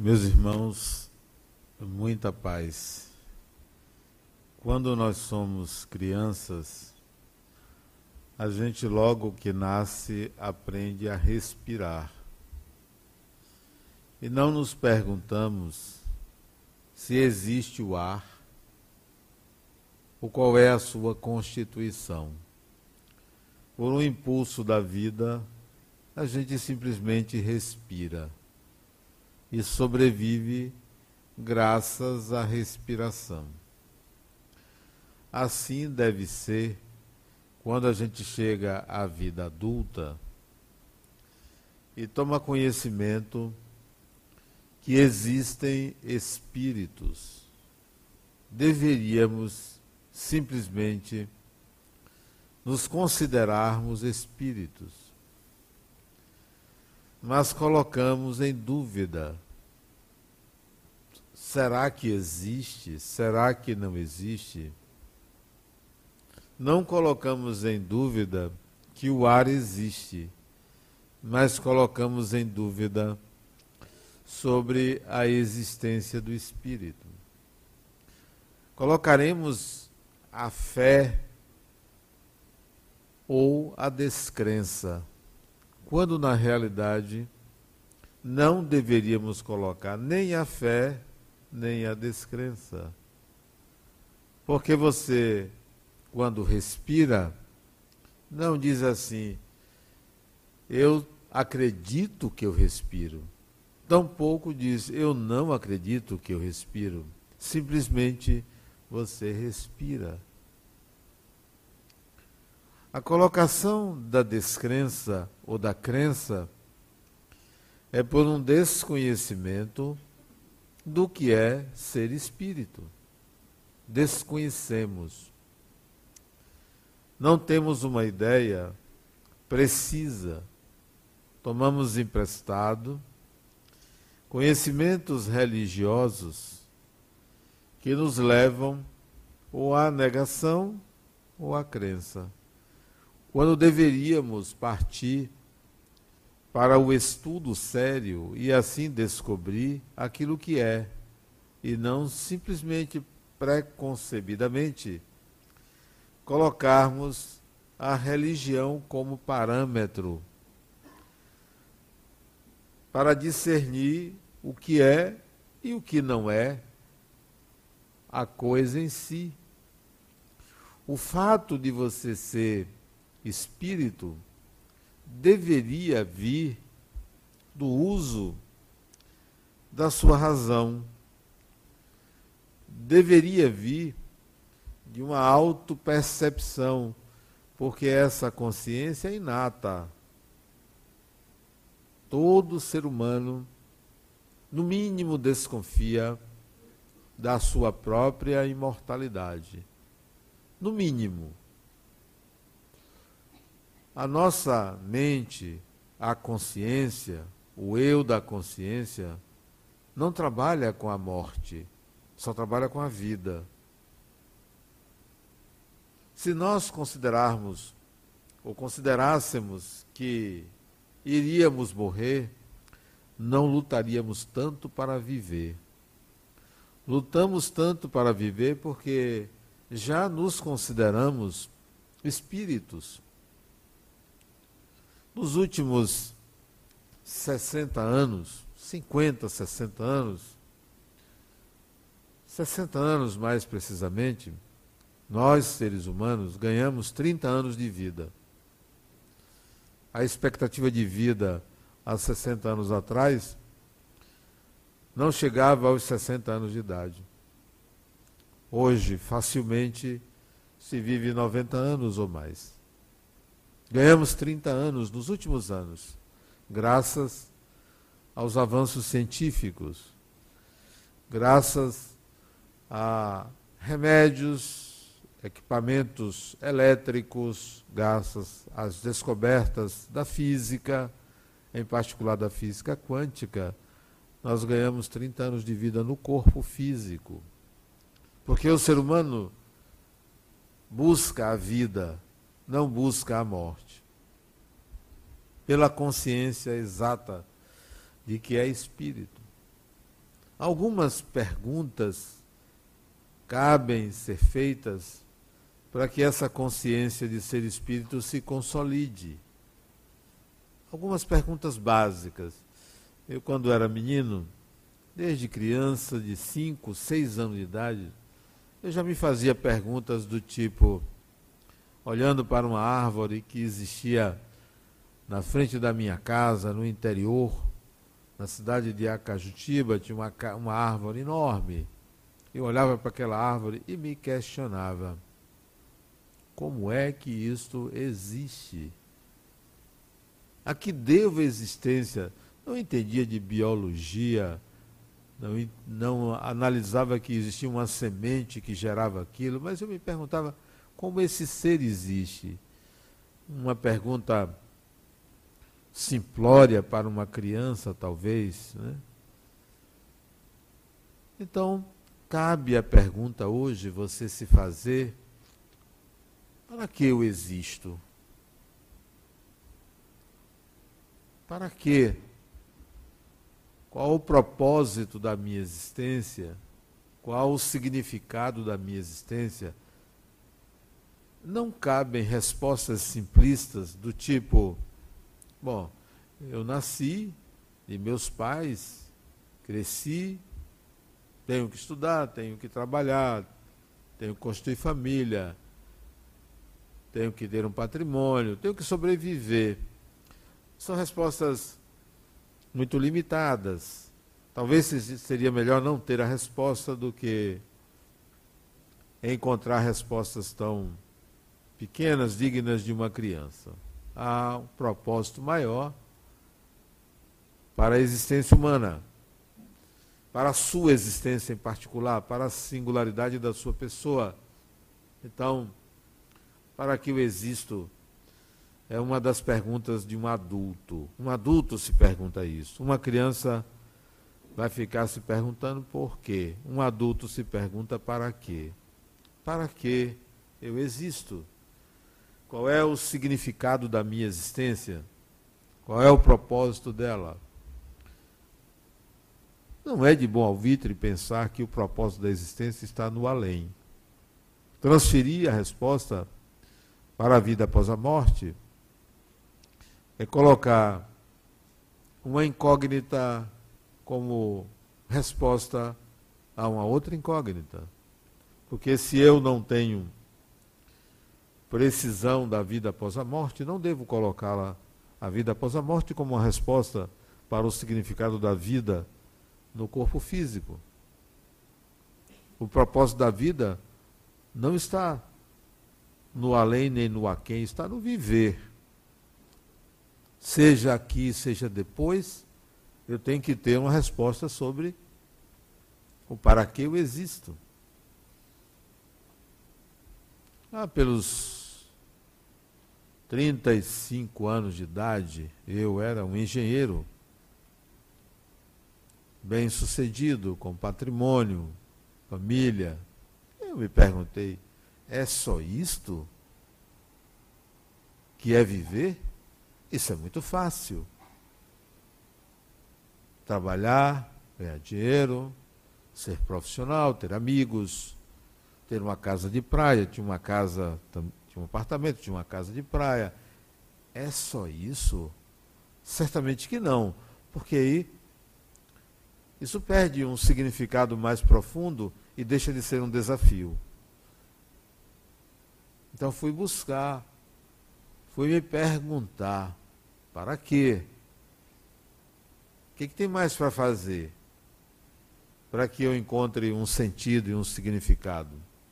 Meus irmãos, muita paz. Quando nós somos crianças, a gente logo que nasce aprende a respirar. E não nos perguntamos se existe o ar ou qual é a sua constituição. Por um impulso da vida, a gente simplesmente respira e sobrevive graças à respiração. Assim deve ser quando a gente chega à vida adulta e toma conhecimento que existem espíritos. Deveríamos simplesmente nos considerarmos espíritos, mas colocamos em dúvida: será que existe? Será que não existe? Não colocamos em dúvida que o ar existe, mas colocamos em dúvida sobre a existência do espírito. Colocaremos a fé ou a descrença, quando na realidade não deveríamos colocar nem a fé nem a descrença. Porque você, quando respira, não diz assim: eu acredito que eu respiro. Tampouco diz: eu não acredito que eu respiro. Simplesmente você respira. A colocação da descrença ou da crença é por um desconhecimento do que é ser espírito. Desconhecemos. Não temos uma ideia precisa. Tomamos emprestado conhecimentos religiosos que nos levam ou à negação ou à crença, quando deveríamos partir para o estudo sério e assim descobrir aquilo que é, e não simplesmente preconcebidamente colocarmos a religião como parâmetro para discernir o que é e o que não é a coisa em si. O fato de você ser espírito deveria vir do uso da sua razão, deveria vir de uma autopercepção, porque essa consciência é inata. Todo ser humano, no mínimo, desconfia da sua própria imortalidade. No mínimo. A nossa mente, a consciência, o eu da consciência, não trabalha com a morte, só trabalha com a vida. Se nós considerarmos, ou considerássemos que iríamos morrer, não lutaríamos tanto para viver. Lutamos tanto para viver porque já nos consideramos espíritos. Nos últimos 60 anos, 50, 60 anos, 60 anos mais precisamente, nós, seres humanos, ganhamos 30 anos de vida. A expectativa de vida há 60 anos atrás não chegava aos 60 anos de idade. Hoje, facilmente, se vive 90 anos ou mais. Ganhamos 30 anos nos últimos anos, graças aos avanços científicos, graças a remédios, equipamentos elétricos, graças às descobertas da física, em particular da física quântica. Nós ganhamos 30 anos de vida no corpo físico. Porque o ser humano busca a vida, não busca a morte. Pela consciência exata de que é espírito. Algumas perguntas cabem ser feitas para que essa consciência de ser espírito se consolide. Algumas perguntas básicas. Eu, quando era menino, desde criança, de 5, 6 anos de idade, eu já me fazia perguntas do tipo, olhando para uma árvore que existia na frente da minha casa, no interior, na cidade de Acajutiba, tinha uma árvore enorme. Eu olhava para aquela árvore e me questionava, como é que isto existe? A que devo existência? Não entendia de biologia, não analisava que existia uma semente que gerava aquilo, mas eu me perguntava como esse ser existe. Uma pergunta simplória para uma criança, talvez, né? Então, cabe a pergunta hoje você se fazer, para que eu existo? Para quê? Qual o propósito da minha existência? Qual o significado da minha existência? Não cabem respostas simplistas do tipo, bom, eu nasci de meus pais, cresci, tenho que estudar, tenho que trabalhar, tenho que construir família, tenho que ter um patrimônio, tenho que sobreviver. São respostas muito limitadas. Talvez seria melhor não ter a resposta do que encontrar respostas tão pequenas, dignas de uma criança. Há um propósito maior para a existência humana, para a sua existência em particular, para a singularidade da sua pessoa. Então, para que eu existo? É uma das perguntas de um adulto. Um adulto se pergunta isso. Uma criança vai ficar se perguntando por quê. Um adulto se pergunta para quê. Para que eu existo? Qual é o significado da minha existência? Qual é o propósito dela? Não é de bom alvitre pensar que o propósito da existência está no além. Transferir a resposta para a vida após a morte é colocar uma incógnita como resposta a uma outra incógnita. Porque se eu não tenho precisão da vida após a morte, não devo colocá-la, a vida após a morte, como uma resposta para o significado da vida no corpo físico. O propósito da vida não está no além nem no aquém, está no viver. Seja aqui, seja depois, eu tenho que ter uma resposta sobre o para que eu existo. Pelos 35 anos de idade, eu era um engenheiro bem-sucedido, com patrimônio, família. Eu me perguntei, é só isto que é viver? Isso é muito fácil. Trabalhar, ganhar dinheiro, ser profissional, ter amigos, ter uma casa de praia, tinha um apartamento, tinha uma casa de praia. É só isso? Certamente que não, porque aí isso perde um significado mais profundo e deixa de ser um desafio. Então fui buscar, fui me perguntar, para quê? O que tem mais para fazer para que eu encontre um sentido e um significado?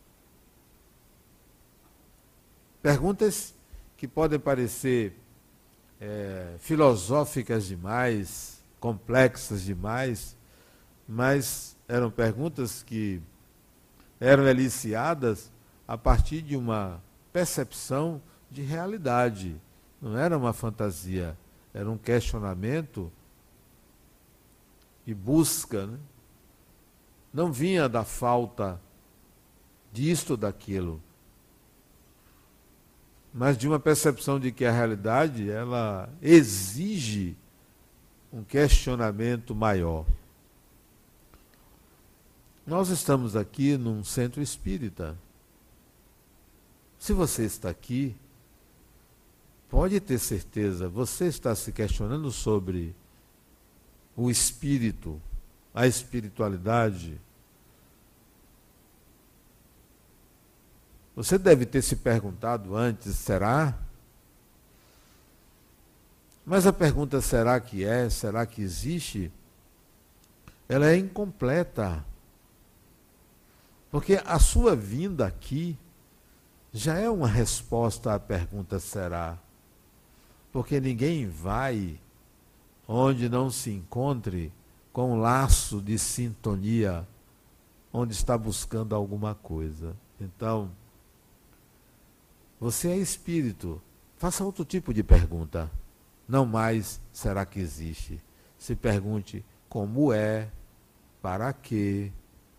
Perguntas que podem parecer filosóficas demais, complexas demais, mas eram perguntas que eram eliciadas a partir de uma percepção de realidade. Não era uma fantasia, era um questionamento e busca, né? Não vinha da falta disto ou daquilo, mas de uma percepção de que a realidade, ela exige um questionamento maior. Nós estamos aqui num centro espírita. Se você está aqui, pode ter certeza, você está se questionando sobre o espírito, a espiritualidade. Você deve ter se perguntado antes, será? Mas a pergunta será que é, será que existe? Ela é incompleta. Porque a sua vinda aqui já é uma resposta à pergunta será. Porque ninguém vai onde não se encontre com um laço de sintonia, onde está buscando alguma coisa. Então, você é espírito. Faça outro tipo de pergunta. Não mais será que existe. Se pergunte como é, para quê,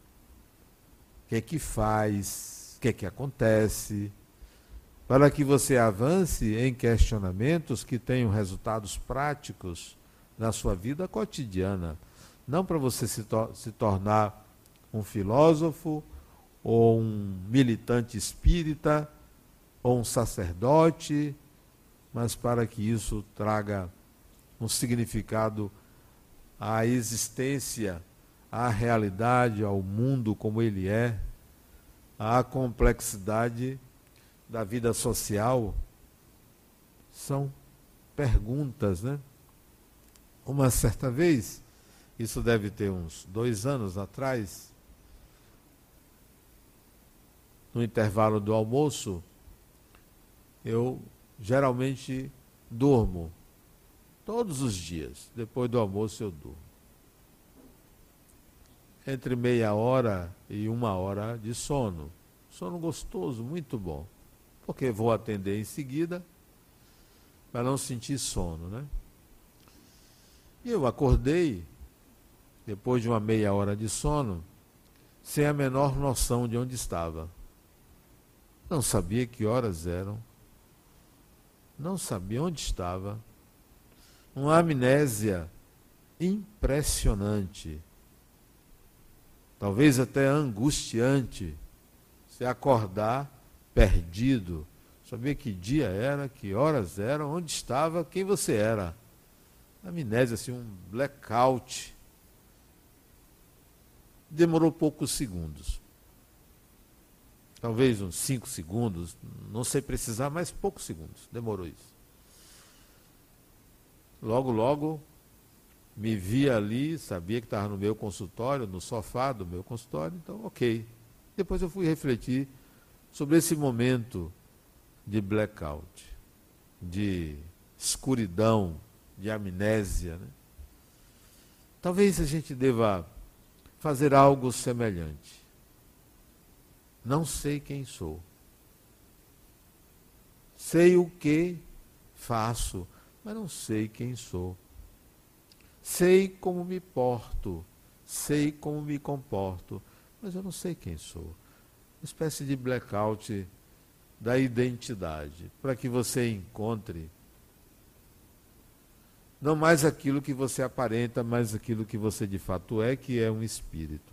o que faz, o que acontece, para que você avance em questionamentos que tenham resultados práticos na sua vida cotidiana. Não para você se tornar um filósofo, ou um militante espírita, ou um sacerdote, mas para que isso traga um significado à existência, à realidade, ao mundo como ele é, à complexidade da vida social. São perguntas, né? Uma certa vez, isso deve ter uns 2 anos atrás, no intervalo do almoço, eu geralmente durmo. Todos os dias, depois do almoço eu durmo. Entre meia hora e 1 hora de sono. Sono gostoso, muito bom. Porque vou atender em seguida, para não sentir sono, né? E eu acordei, depois de uma meia hora de sono, sem a menor noção de onde estava. Não sabia que horas eram. Não sabia onde estava. Uma amnésia impressionante. Talvez até angustiante. Você acordar perdido. Sabia que dia era, que horas eram, onde estava, quem você era. Amnésia, assim, um blackout. Demorou poucos segundos. Talvez uns 5 segundos, não sei precisar, mas poucos segundos. Demorou isso. Logo, logo, me vi ali, sabia que estava no meu consultório, no sofá do meu consultório, então ok. Depois eu fui refletir sobre esse momento de blackout, de escuridão, de amnésia, né? Talvez a gente deva fazer algo semelhante. Não sei quem sou. Sei o que faço, mas não sei quem sou. Sei como me porto, sei como me comporto, mas eu não sei quem sou. Uma espécie de blackout da identidade, para que você encontre não mais aquilo que você aparenta, mas aquilo que você de fato é, que é um espírito.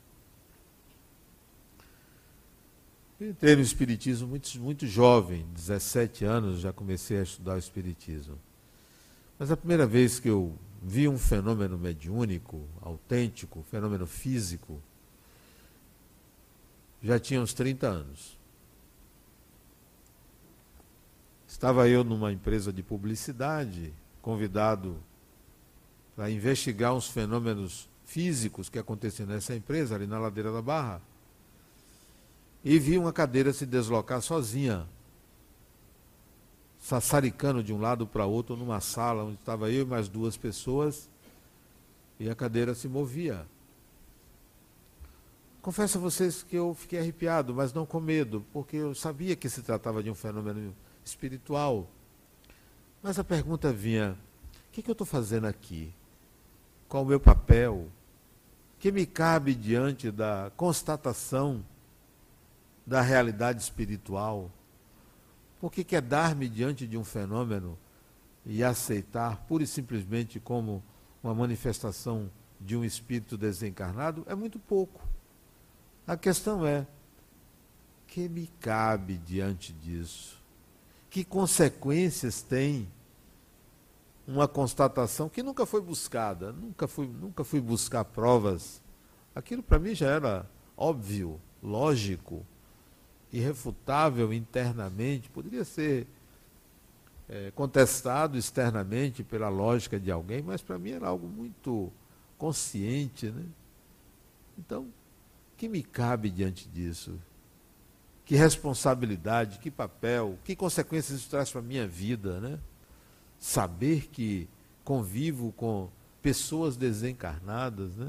Eu entrei no espiritismo muito jovem, 17 anos, já comecei a estudar o espiritismo. Mas a primeira vez que eu vi um fenômeno mediúnico, autêntico, fenômeno físico, já tinha uns 30 anos. Estava eu numa empresa de publicidade, convidado para investigar uns fenômenos físicos que aconteciam nessa empresa, ali na Ladeira da Barra. E vi uma cadeira se deslocar sozinha, sassaricando de um lado para outro numa sala onde estava eu e mais 2 pessoas, e a cadeira se movia. Confesso a vocês que eu fiquei arrepiado, mas não com medo, porque eu sabia que se tratava de um fenômeno espiritual. Mas a pergunta vinha: o que eu estou fazendo aqui? Qual o meu papel? O que me cabe diante da constatação da realidade espiritual? Por que é dar-me diante de um fenômeno e aceitar pura e simplesmente como uma manifestação de um espírito desencarnado? É muito pouco. A questão é, que me cabe diante disso? Que consequências tem uma constatação que nunca foi buscada? Nunca fui buscar provas. Aquilo para mim já era óbvio, lógico, irrefutável internamente, poderia ser contestado externamente pela lógica de alguém, mas para mim era algo muito consciente, né? Então, o que me cabe diante disso? Que responsabilidade, que papel, que consequências isso traz para a minha vida, né? Saber que convivo com pessoas desencarnadas, né?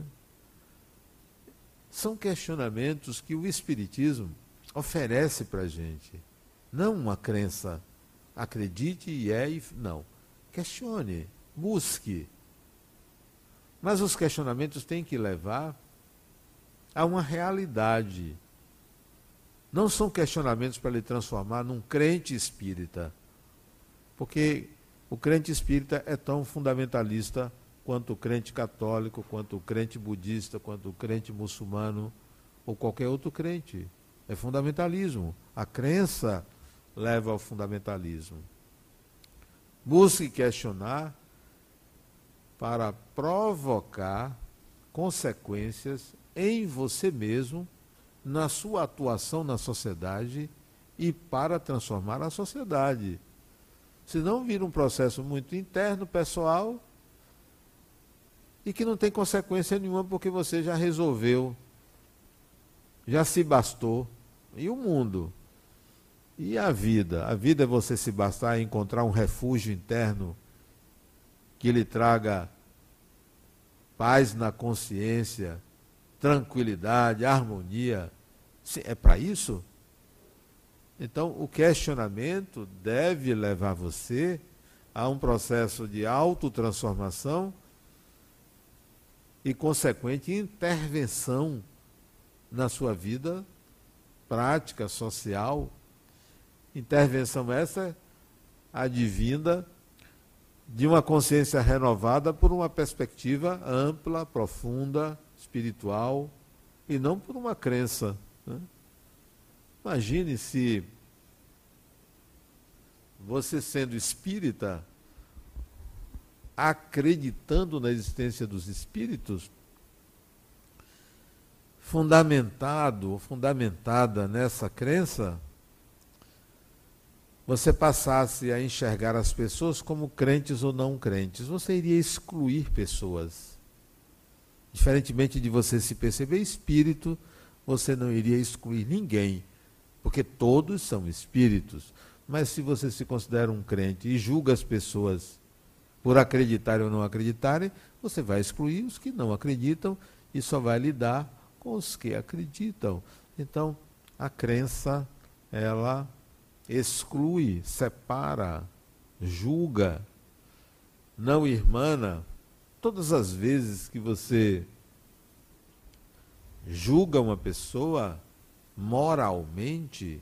São questionamentos que o Espiritismo oferece para a gente. Não uma crença, acredite e não. Questione, busque. Mas os questionamentos têm que levar a uma realidade. Não são questionamentos para lhe transformar num crente espírita, porque o crente espírita é tão fundamentalista quanto o crente católico, quanto o crente budista, quanto o crente muçulmano, ou qualquer outro crente. É fundamentalismo. A crença leva ao fundamentalismo. Busque questionar para provocar consequências em você mesmo, na sua atuação na sociedade e para transformar a sociedade. Senão vira um processo muito interno, pessoal, e que não tem consequência nenhuma porque você já resolveu, já se bastou. E o mundo? E a vida? A vida é você se bastar e encontrar um refúgio interno que lhe traga paz na consciência, tranquilidade, harmonia. É para isso? Então, o questionamento deve levar você a um processo de autotransformação e consequente intervenção na sua vida prática, social. Intervenção essa advinda de uma consciência renovada por uma perspectiva ampla, profunda, espiritual, e não por uma crença, né? Imagine se você, sendo espírita, acreditando na existência dos espíritos, fundamentado ou fundamentada nessa crença, você passasse a enxergar as pessoas como crentes ou não crentes. Você iria excluir pessoas. Diferentemente de você se perceber espírito, você não iria excluir ninguém, porque todos são espíritos. Mas se você se considera um crente e julga as pessoas por acreditarem ou não acreditarem, você vai excluir os que não acreditam e só vai lidar com os que acreditam. Então, a crença, ela exclui, separa, julga, não irmana. Todas as vezes que você julga uma pessoa moralmente,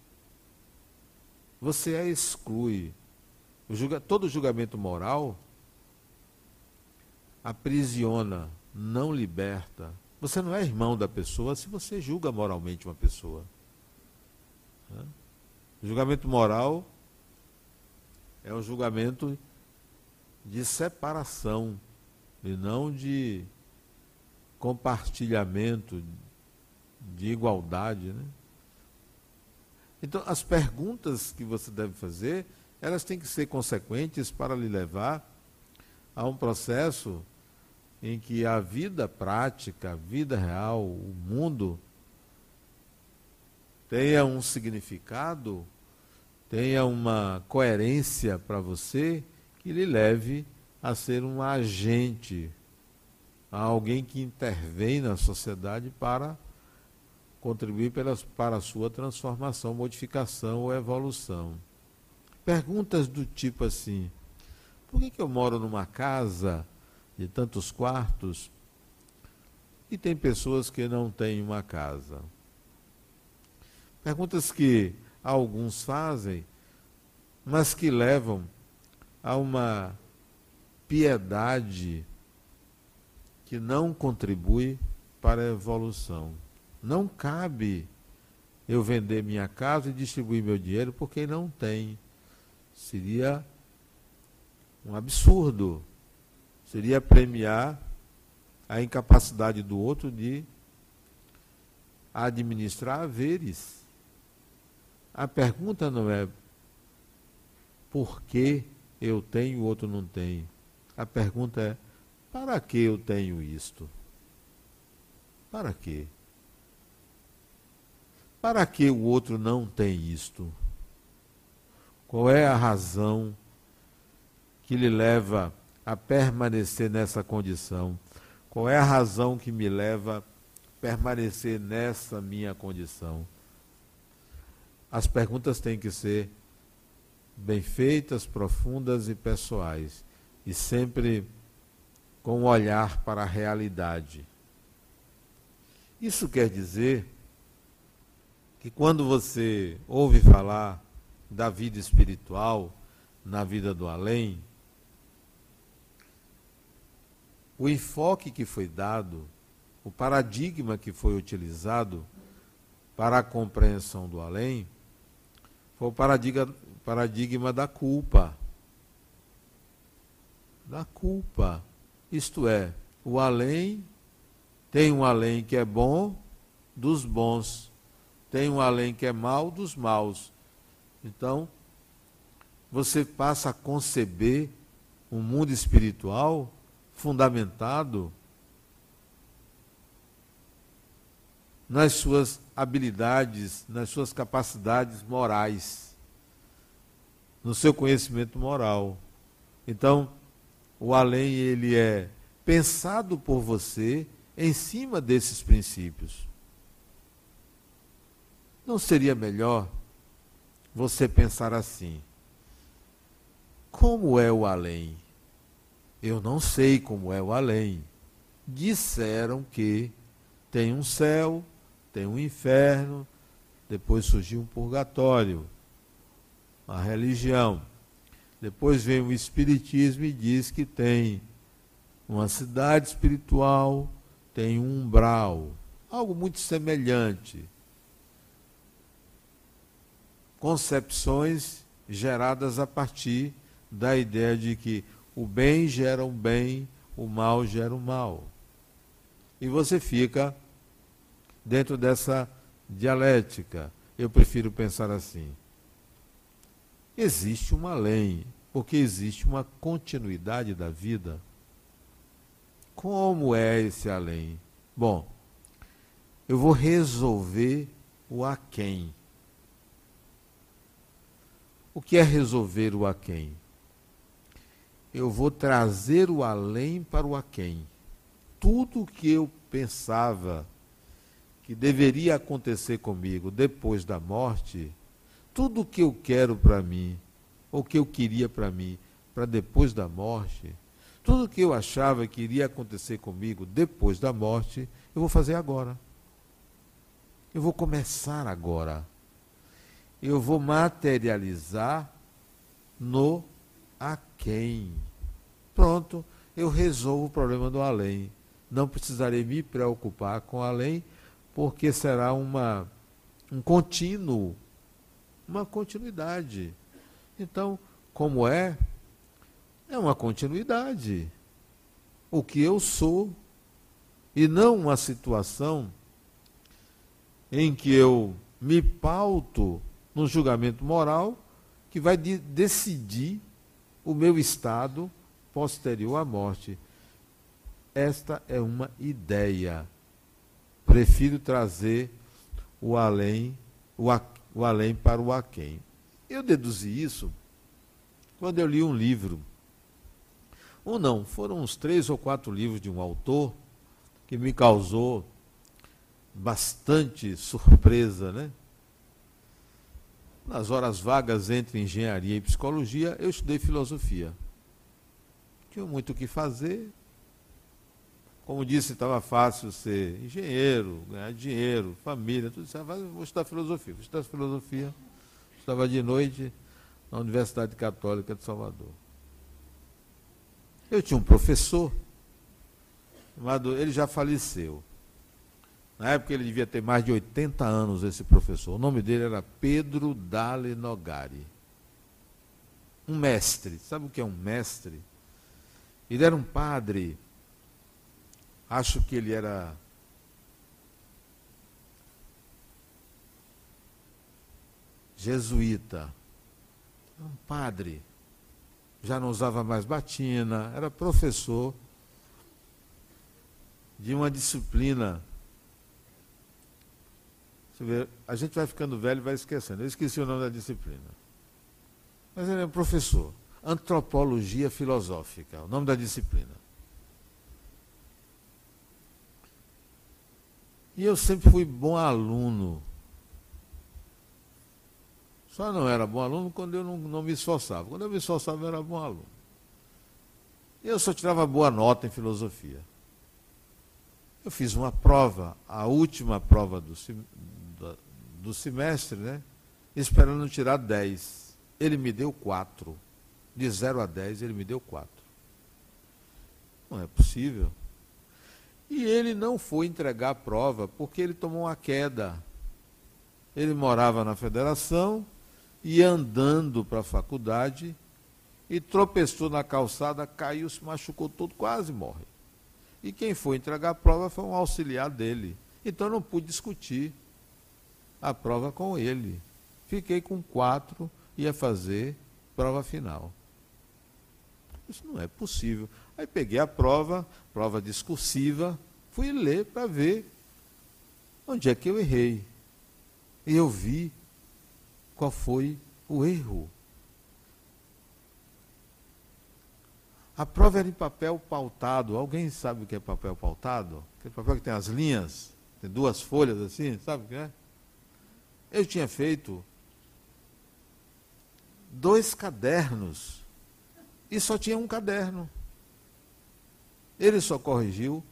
você a exclui. Todo julgamento moral aprisiona, não liberta. Você não é irmão da pessoa se você julga moralmente uma pessoa. O julgamento moral é um julgamento de separação e não de compartilhamento, de igualdade, né? Então, as perguntas que você deve fazer, elas têm que ser consequentes para lhe levar a um processo em que a vida prática, a vida real, o mundo, tenha um significado, tenha uma coerência para você, que lhe leve a ser um agente, a alguém que intervém na sociedade para contribuir para a sua transformação, modificação ou evolução. Perguntas do tipo assim: por que eu moro numa casa de tantos quartos e tem pessoas que não têm uma casa? Perguntas que alguns fazem, mas que levam a uma piedade que não contribui para a evolução. Não cabe eu vender minha casa e distribuir meu dinheiro por quem não tem. Seria um absurdo. Seria premiar a incapacidade do outro de administrar haveres. A pergunta não é por que eu tenho e o outro não tem. A pergunta é, para que eu tenho isto? Para quê? Para que o outro não tem isto? Qual é a razão que lhe leva a permanecer nessa condição? Qual é a razão que me leva a permanecer nessa minha condição? As perguntas têm que ser bem feitas, profundas e pessoais, e sempre com um olhar para a realidade. Isso quer dizer que quando você ouve falar da vida espiritual, na vida do além, o enfoque que foi dado, o paradigma que foi utilizado para a compreensão do além, foi o paradigma da culpa. Da culpa. Isto é, o além tem um além que é bom dos bons, tem um além que é mau dos maus. Então, você passa a conceber um mundo espiritual fundamentado nas suas habilidades, nas suas capacidades morais, no seu conhecimento moral. Então, o além, ele é pensado por você em cima desses princípios. Não seria melhor você pensar assim: como é o além? Eu não sei como é o além. Disseram que tem um céu, tem um inferno, depois surgiu um purgatório, a religião. Depois vem o espiritismo e diz que tem uma cidade espiritual, tem um umbral, algo muito semelhante. Concepções geradas a partir da ideia de que o bem gera um bem, o mal gera um mal. E você fica dentro dessa dialética. Eu prefiro pensar assim: existe um além, porque existe uma continuidade da vida. Como é esse além? Bom, eu vou resolver o aquém. O que é resolver o aquém? Eu vou trazer o além para o aquém. Tudo o que eu pensava que deveria acontecer comigo depois da morte, tudo o que eu quero para mim, ou que eu queria para mim, para depois da morte, tudo o que eu achava que iria acontecer comigo depois da morte, eu vou fazer agora. Eu vou começar agora. Eu vou materializar no aquém. Pronto, eu resolvo o problema do além. Não precisarei me preocupar com o além, porque será um contínuo, uma continuidade. Então, como é? É uma continuidade. O que eu sou, e não uma situação em que eu me pauto num julgamento moral que vai decidir o meu estado posterior à morte. Esta é uma ideia. Prefiro trazer o além, o além para o aquém. Eu deduzi isso quando eu li um livro. Ou não, foram uns 3 ou 4 livros de um autor que me causou bastante surpresa, né? Nas horas vagas entre engenharia e psicologia, eu estudei filosofia. Tinha muito o que fazer. Como disse, estava fácil ser engenheiro, ganhar dinheiro, família, tudo isso. Vou estudar filosofia. Vou estudar filosofia. Estava de noite na Universidade Católica de Salvador. Eu tinha um professor, ele já faleceu. Na época ele devia ter mais de 80 anos, esse professor. O nome dele era Pedro Dale Nogari. Um mestre. Sabe o que é um mestre? Ele era um padre. Acho que ele era jesuíta. Um padre. Já não usava mais batina. Era professor de uma disciplina. A gente vai ficando velho e vai esquecendo. Eu esqueci o nome da disciplina. Mas ele é um professor. Antropologia filosófica, o nome da disciplina. E eu sempre fui bom aluno. Só não era bom aluno quando eu não me esforçava. Quando eu me esforçava, eu era bom aluno. E eu só tirava boa nota em filosofia. Eu fiz uma prova, a última prova do semestre, né? Esperando tirar 10. Ele me deu 4. De 0 a 10, ele me deu 4. Não é possível. E ele não foi entregar a prova porque ele tomou uma queda. Ele morava na Federação, ia andando para a faculdade e tropeçou na calçada, caiu, se machucou todo, quase morre. E quem foi entregar a prova foi um auxiliar dele. Então eu não pude discutir a prova com ele. Fiquei com 4, ia fazer prova final. Isso não é possível. Aí peguei a prova discursiva, fui ler para ver onde é que eu errei. E eu vi qual foi o erro. A prova era em papel pautado. Alguém sabe o que é papel pautado? Aquele papel que tem as linhas, tem 2 folhas assim, sabe o que é? Eu tinha feito 2 cadernos e só tinha um caderno. Ele só corrigiu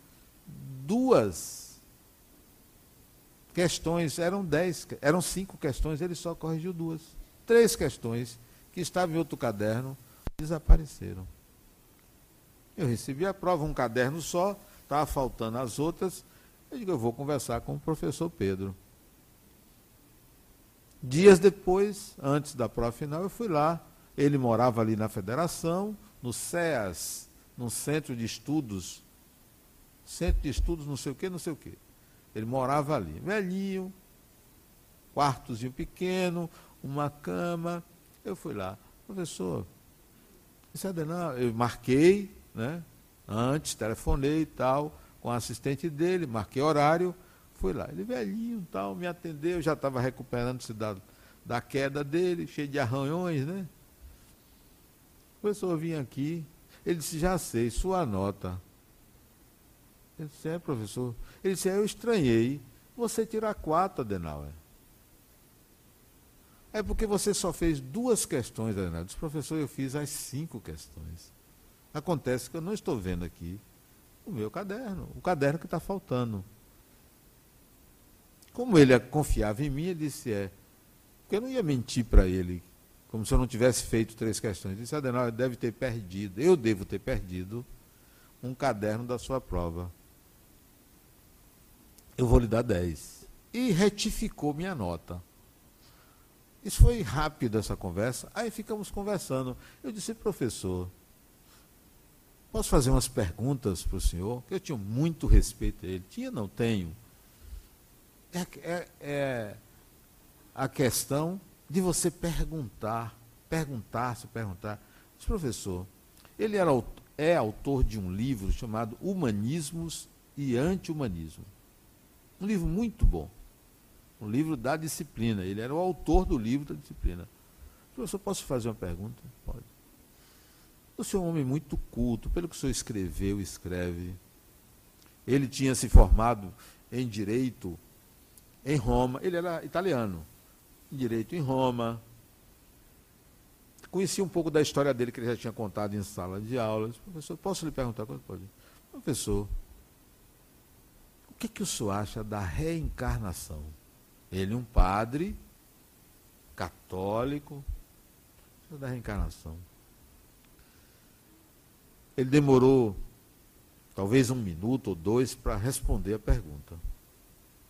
2 questões, eram 5 questões, ele só corrigiu 2. 3 questões que estavam em outro caderno desapareceram. Eu recebi a prova, um caderno só, estava faltando as outras. Eu digo, eu vou conversar com o professor Pedro. Dias depois, antes da prova final, eu fui lá. Ele morava ali na Federação, no CEAS, no Centro de Estudos não sei o quê, não sei o quê. Ele morava ali, velhinho, quartozinho pequeno, uma cama. Eu fui lá, professor, isso é Adenal? Eu marquei, né? Antes, telefonei e tal, com o assistente dele, marquei horário, fui lá. Ele velhinho e tal, me atendeu, já estava recuperando-se da queda dele, cheio de arranhões, né? Professor, eu vim aqui, ele disse, já sei, sua nota. Eu disse, é, professor. Ele disse, eu estranhei, você tirar 4, Adenauer. É porque você só fez 2 questões, Adenauer. Eu disse, professor, eu fiz as 5 questões. Acontece que eu não estou vendo aqui o meu caderno, o caderno que está faltando. Como ele confiava em mim, ele disse, porque eu não ia mentir para ele, como se eu não tivesse feito 3 questões. Ele disse, Adenauer, deve ter perdido, eu devo ter perdido um caderno da sua prova. Eu vou lhe dar 10. E retificou minha nota. Isso foi rápido, essa conversa. Aí ficamos conversando. Eu disse, professor, posso fazer umas perguntas para o senhor? Eu tinha muito respeito a ele. Tinha, não tenho. É a questão de você perguntar. Disse, professor, ele é autor de um livro chamado Humanismos e Anti-Humanismo. Um livro muito bom. Um livro da disciplina. Ele era o autor do livro da disciplina. Professor, posso fazer uma pergunta? Pode. O senhor é um homem muito culto, pelo que o senhor escreveu, escreve. Ele tinha se formado em Direito em Roma. Ele era italiano. Em Direito em Roma. Conheci um pouco da história dele, que ele já tinha contado em sala de aula. Eu disse, professor, posso lhe perguntar? Pode. Professor, o que o senhor acha da reencarnação? Ele, um padre católico, da reencarnação. Ele demorou talvez 1 minuto ou 2 para responder a pergunta.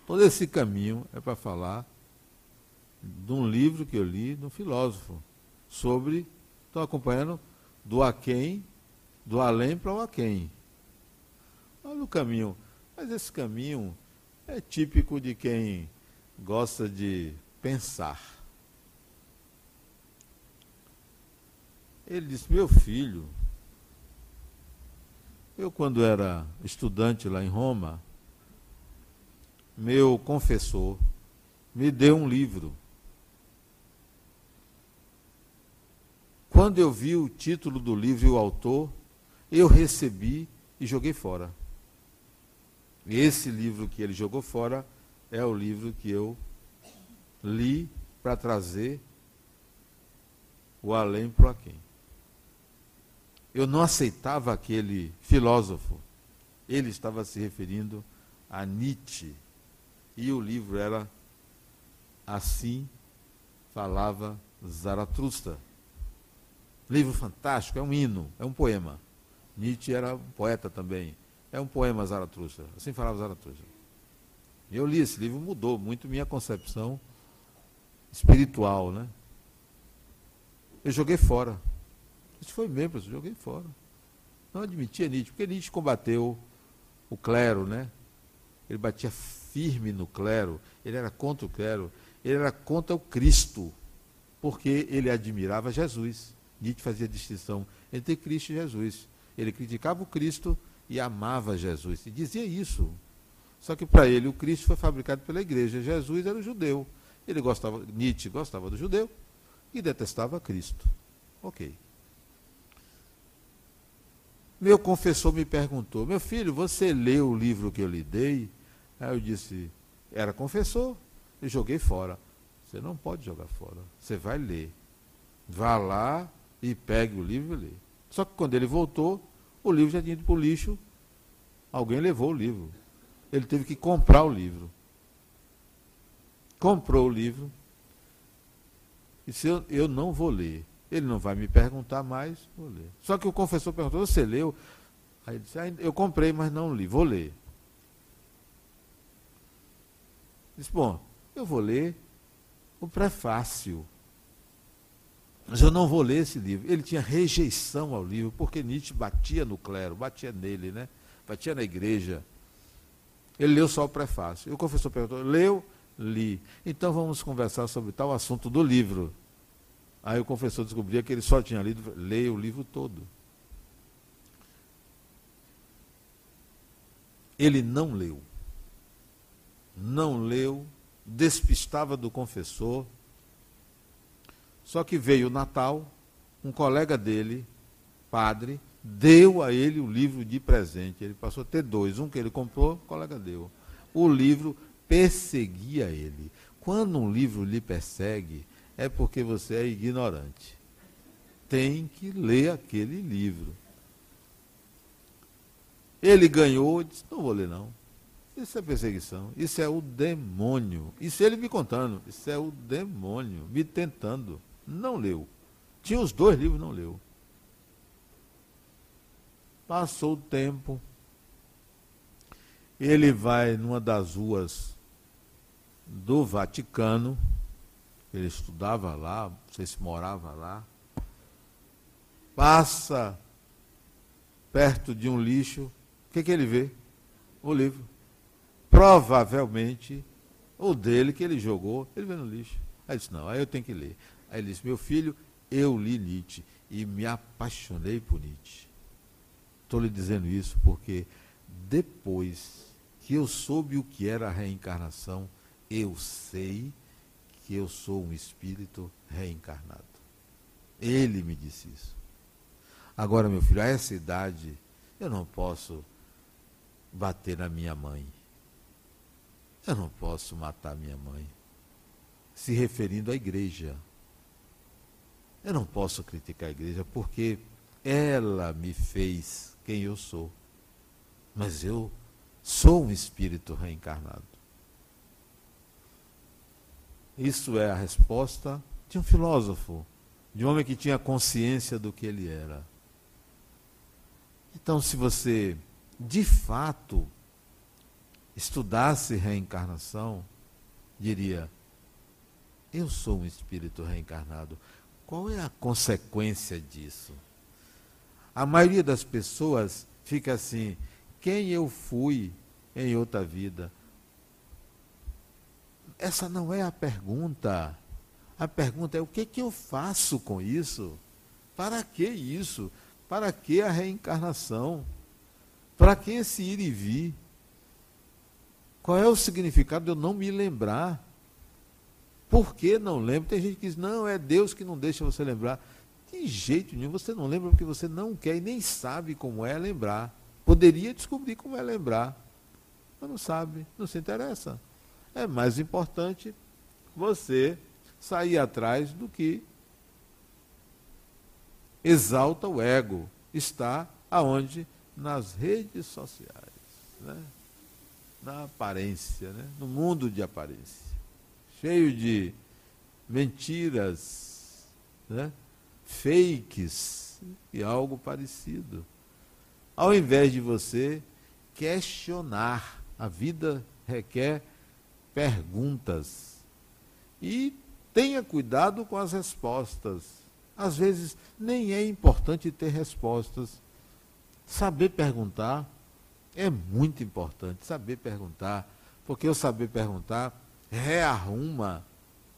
Todo esse caminho é para falar de um livro que eu li de um filósofo sobre, estou acompanhando, do aquém, do além para o aquém. Olha o caminho. Mas esse caminho é típico de quem gosta de pensar. Ele disse, meu filho, eu quando era estudante lá em Roma, meu confessor me deu um livro. Quando eu vi o título do livro e o autor, eu recebi e joguei fora. Esse livro que ele jogou fora é o livro que eu li para trazer o além para o aquém. Eu não aceitava aquele filósofo. Ele estava se referindo a Nietzsche. E o livro era Assim Falava Zaratustra. Livro fantástico, é um hino, é um poema. Nietzsche era um poeta também. É um poema Zaratustra. Assim falava Zaratustra. Eu li esse livro, mudou muito minha concepção espiritual, né? Eu joguei fora. Isso foi mesmo, professor, joguei fora. Não admitia Nietzsche, porque Nietzsche combateu o clero, né? Ele batia firme no clero, ele era contra o clero, ele era contra o Cristo, porque ele admirava Jesus. Nietzsche fazia distinção entre Cristo e Jesus. Ele criticava o Cristo e amava Jesus. E dizia isso. Só que para ele o Cristo foi fabricado pela igreja. Jesus era o judeu. Nietzsche gostava do judeu e detestava Cristo. Ok. Meu confessor me perguntou, meu filho, você leu o livro que eu lhe dei? Aí eu disse, era confessor, e joguei fora. Você não pode jogar fora, você vai ler. Vá lá e pegue o livro e lê. Só que quando ele voltou, o livro já tinha ido para o lixo, alguém levou o livro. Ele teve que comprar o livro. Comprou o livro, e disse, eu não vou ler. Ele não vai me perguntar mais, vou ler. Só que o confessor perguntou, você leu? Aí ele disse, eu comprei, mas não li, vou ler. Disse, bom, eu vou ler o prefácio, mas eu não vou ler esse livro. Ele tinha rejeição ao livro, porque Nietzsche batia no clero, batia nele, né? Batia na igreja. Ele leu só o prefácio. E o confessor perguntou, leu? Li. Então vamos conversar sobre tal assunto do livro. Aí o confessor descobria que ele só tinha lido, leia o livro todo. Ele não leu. Não leu, despistava do confessor. Só que veio o Natal, um colega dele, padre, deu a ele o livro de presente. Ele passou a ter dois. Um que ele comprou, o colega deu. O livro perseguia ele. Quando um livro lhe persegue, é porque você é ignorante. Tem que ler aquele livro. Ele ganhou, disse, não vou ler não. Isso é perseguição, isso é o demônio. Isso ele me contando, isso é o demônio, me tentando. Não leu. Tinha os dois livros, não leu. Passou o tempo, ele vai numa das ruas do Vaticano, ele estudava lá, não sei se morava lá, passa perto de um lixo, o que ele vê? O livro. Provavelmente o dele que ele jogou, ele vê no lixo. Aí ele disse, não, aí eu tenho que ler. Aí ele disse, meu filho, eu li Nietzsche e me apaixonei por Nietzsche. Estou lhe dizendo isso porque depois que eu soube o que era a reencarnação, eu sei que eu sou um espírito reencarnado. Ele me disse isso. Agora, meu filho, a essa idade, eu não posso bater na minha mãe. Eu não posso matar minha mãe. Se referindo à igreja. Eu não posso criticar a igreja porque ela me fez quem eu sou. Mas eu sou um espírito reencarnado. Isso é a resposta de um filósofo, de um homem que tinha consciência do que ele era. Então, se você, de fato, estudasse reencarnação, diria: eu sou um espírito reencarnado. Qual é a consequência disso? A maioria das pessoas fica assim: quem eu fui em outra vida? Essa não é a pergunta. A pergunta é: o que eu faço com isso? Para que isso? Para que a reencarnação? Para que esse ir e vir? Qual é o significado de eu não me lembrar? Por que não lembro? Tem gente que diz: não, é Deus que não deixa você lembrar. De jeito nenhum, você não lembra porque você não quer e nem sabe como é lembrar. Poderia descobrir como é lembrar, mas não sabe, não se interessa. É mais importante você sair atrás do que exalta o ego. Está aonde? Nas redes sociais, né? Na aparência, né? No mundo de aparência, cheio de mentiras, né? Fakes e algo parecido. Ao invés de você questionar, a vida requer perguntas. E tenha cuidado com as respostas. Às vezes nem é importante ter respostas. Saber perguntar é muito importante, saber perguntar, porque o saber perguntar rearruma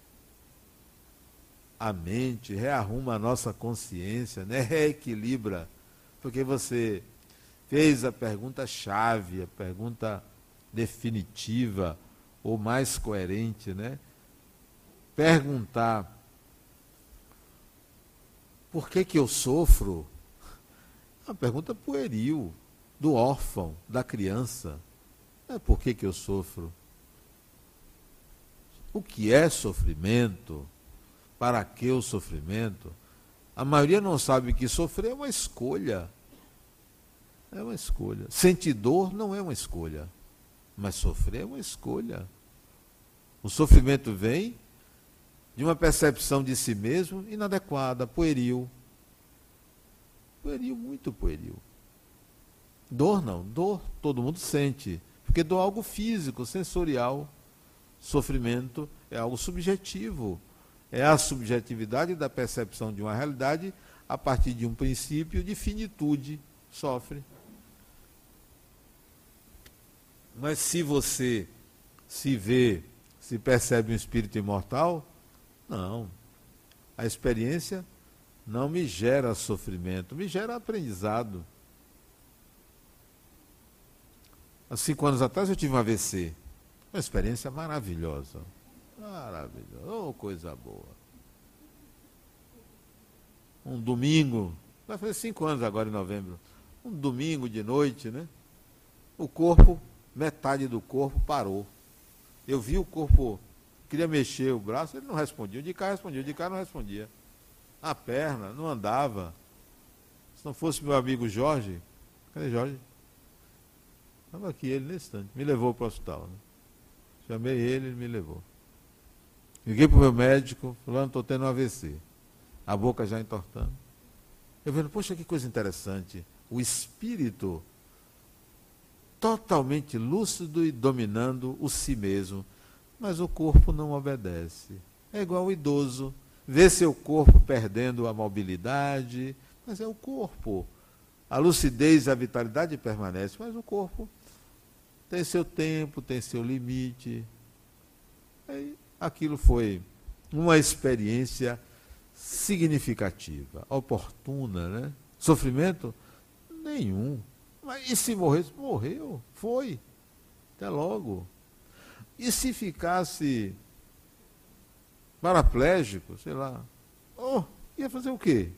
a mente, rearruma a nossa consciência, né? Reequilibra, porque você fez a pergunta-chave, a pergunta definitiva, ou mais coerente, né? Perguntar: por que eu sofro? É uma pergunta pueril, do órfão, da criança. É por que eu sofro? O que é sofrimento? Para que o sofrimento? A maioria não sabe que sofrer é uma escolha. É uma escolha. Sentir dor não é uma escolha, mas sofrer é uma escolha. O sofrimento vem de uma percepção de si mesmo inadequada, pueril. Pueril, muito pueril. Dor não, dor todo mundo sente, porque dor é algo físico, sensorial. Sofrimento é algo subjetivo. É a subjetividade da percepção de uma realidade a partir de um princípio de finitude. Sofre. Mas se você se vê, se percebe um espírito imortal, não. A experiência não me gera sofrimento, me gera aprendizado. Há 5 anos atrás eu tive um AVC. Uma experiência maravilhosa. Maravilhosa. Oh, coisa boa. Um domingo, vai fazer 5 anos agora em novembro. Um domingo de noite, né? O corpo, metade do corpo parou. Eu vi o corpo, queria mexer o braço, ele não respondia. O de cá respondia, o de cá não respondia. A perna não andava. Se não fosse meu amigo Jorge, cadê Jorge? Estava aqui ele nesse instante, me levou para o hospital, né? Chamei ele me levou. Liguei para o meu médico, falando: estou tendo um AVC. A boca já entortando. Eu vendo: poxa, que coisa interessante. O espírito totalmente lúcido e dominando o si mesmo. Mas o corpo não obedece. É igual o idoso. Vê seu corpo perdendo a mobilidade, mas é o corpo. A lucidez e a vitalidade permanecem, mas o corpo tem seu tempo, tem seu limite. Aí, aquilo foi uma experiência significativa, oportuna, né? Sofrimento? Nenhum. Mas e se morresse? Morreu, foi. Até logo. E se ficasse paraplégico, sei lá, ia fazer o quê?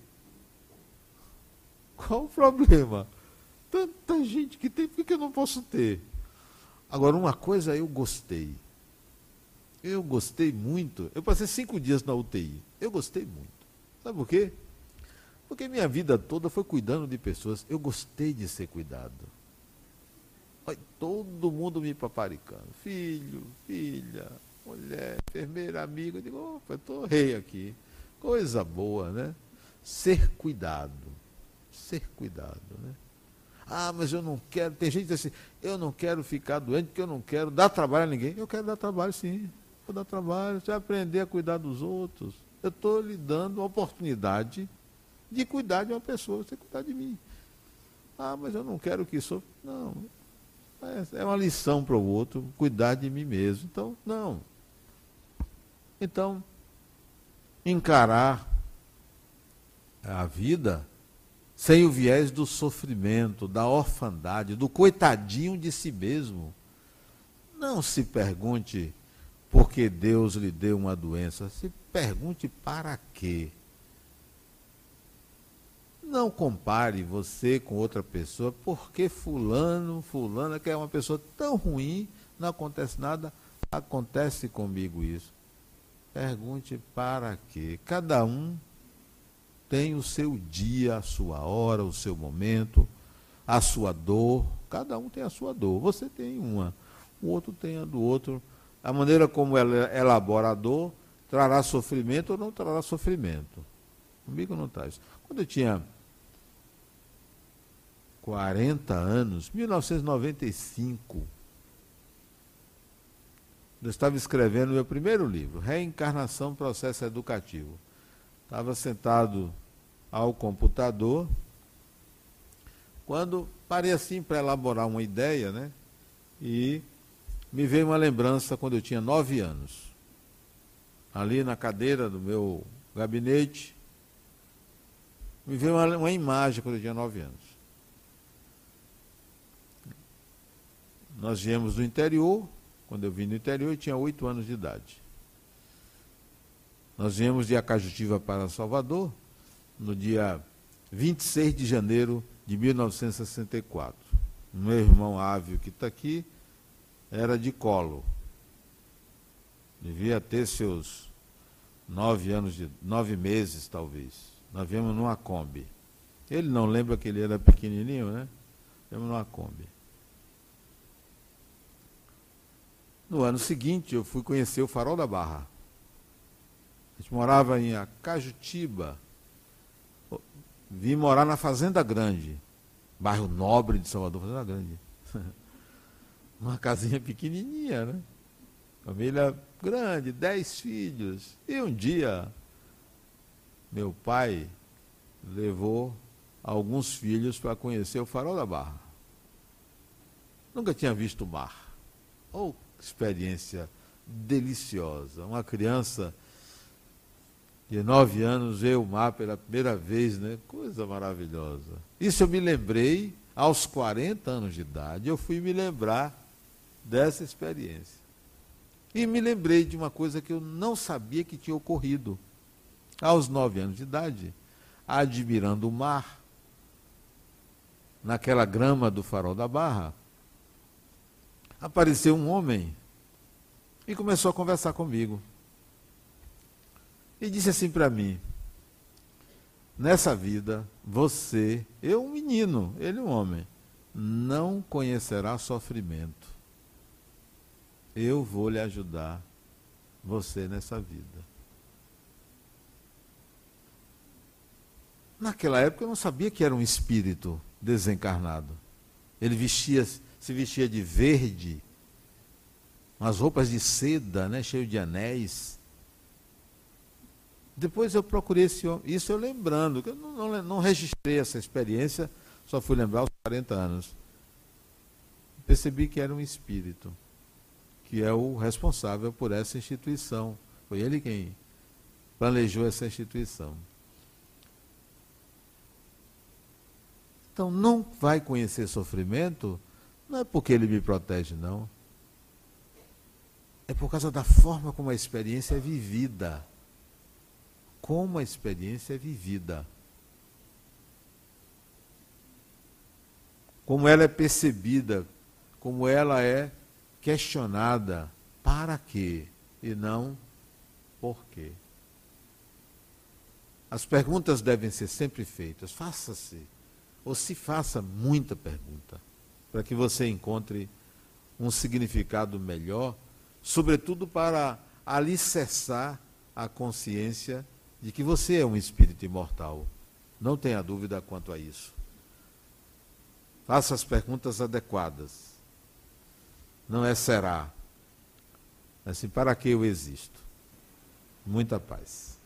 Qual o problema? Tanta gente que tem, por que eu não posso ter? Agora, uma coisa eu gostei. Eu gostei muito. Eu passei 5 dias na UTI. Eu gostei muito. Sabe por quê? Porque minha vida toda foi cuidando de pessoas. Eu gostei de ser cuidado. Olha, todo mundo me paparicando. Filho, filha, mulher, enfermeira, amiga. Eu digo: opa, eu estou rei aqui. Coisa boa, né? Ser cuidado. Ser cuidado, né? Ah, mas eu não quero. Tem gente que diz assim, eu não quero ficar doente porque eu não quero dar trabalho a ninguém. Eu quero dar trabalho sim, vou dar trabalho, você vai aprender a cuidar dos outros. Eu estou lhe dando a oportunidade de cuidar de uma pessoa, você cuidar de mim. Ah, mas eu não quero que sofra. Não, é uma lição para o outro, cuidar de mim mesmo. Então, não. Então, encarar a vida sem o viés do sofrimento, da orfandade, do coitadinho de si mesmo. Não se pergunte por que Deus lhe deu uma doença. Se pergunte para quê. Não compare você com outra pessoa, porque fulana, que é uma pessoa tão ruim, não acontece nada, acontece comigo isso. Pergunte para quê. Cada um tem o seu dia, a sua hora, o seu momento, a sua dor. Cada um tem a sua dor. Você tem uma, o outro tem a do outro. A maneira como ela elabora a dor trará sofrimento ou não trará sofrimento. Comigo não traz. Quando eu tinha 40 anos, 1995, eu estava escrevendo meu primeiro livro, Reencarnação, Processo Educativo. Estava sentado ao computador, quando parei assim para elaborar uma ideia, né? E me veio uma lembrança quando eu tinha 9 anos. Ali na cadeira do meu gabinete, me veio uma imagem quando eu tinha 9 anos. Nós viemos do interior, quando eu vim do interior eu tinha 8 anos de idade. Nós viemos de Acajutiba para Salvador no dia 26 de janeiro de 1964. Meu irmão Ávio, que está aqui, era de colo. Devia ter seus 9 meses, talvez. Nós viemos numa Kombi. Ele não lembra que ele era pequenininho, né? Viemos numa Kombi. No ano seguinte, eu fui conhecer o Farol da Barra. A gente morava em Acajutiba. Vim morar na Fazenda Grande, bairro nobre de Salvador, Fazenda Grande. Uma casinha pequenininha, né? Família grande, 10 filhos. E um dia, meu pai levou alguns filhos para conhecer o Farol da Barra. Nunca tinha visto o mar. Oh, experiência deliciosa. Uma criança de 9 anos vê o mar pela primeira vez, né? Coisa maravilhosa. Isso eu me lembrei aos 40 anos de idade, eu fui me lembrar dessa experiência. E me lembrei de uma coisa que eu não sabia que tinha ocorrido. Aos 9 anos de idade, admirando o mar, naquela grama do Farol da Barra, apareceu um homem e começou a conversar comigo. E disse assim para mim: nessa vida, você, eu um menino, ele um homem, não conhecerá sofrimento. Eu vou lhe ajudar, você nessa vida. Naquela época eu não sabia que era um espírito desencarnado. Ele se vestia de verde, umas roupas de seda, né, cheio de anéis. Depois eu procurei esse homem, isso eu lembrando, que eu não registrei essa experiência, só fui lembrar aos 40 anos. Percebi que era um espírito, que é o responsável por essa instituição. Foi ele quem planejou essa instituição. Então não vai conhecer sofrimento, não é porque ele me protege, não. É por causa da forma como a experiência é vivida. Como a experiência é vivida. Como ela é percebida, como ela é questionada. Para quê? E não por quê. As perguntas devem ser sempre feitas. Faça-se, ou se faça muita pergunta, para que você encontre um significado melhor, sobretudo para alicerçar a consciência de que você é um espírito imortal. Não tenha dúvida quanto a isso. Faça as perguntas adequadas. Não é será. É assim, para que eu existo? Muita paz.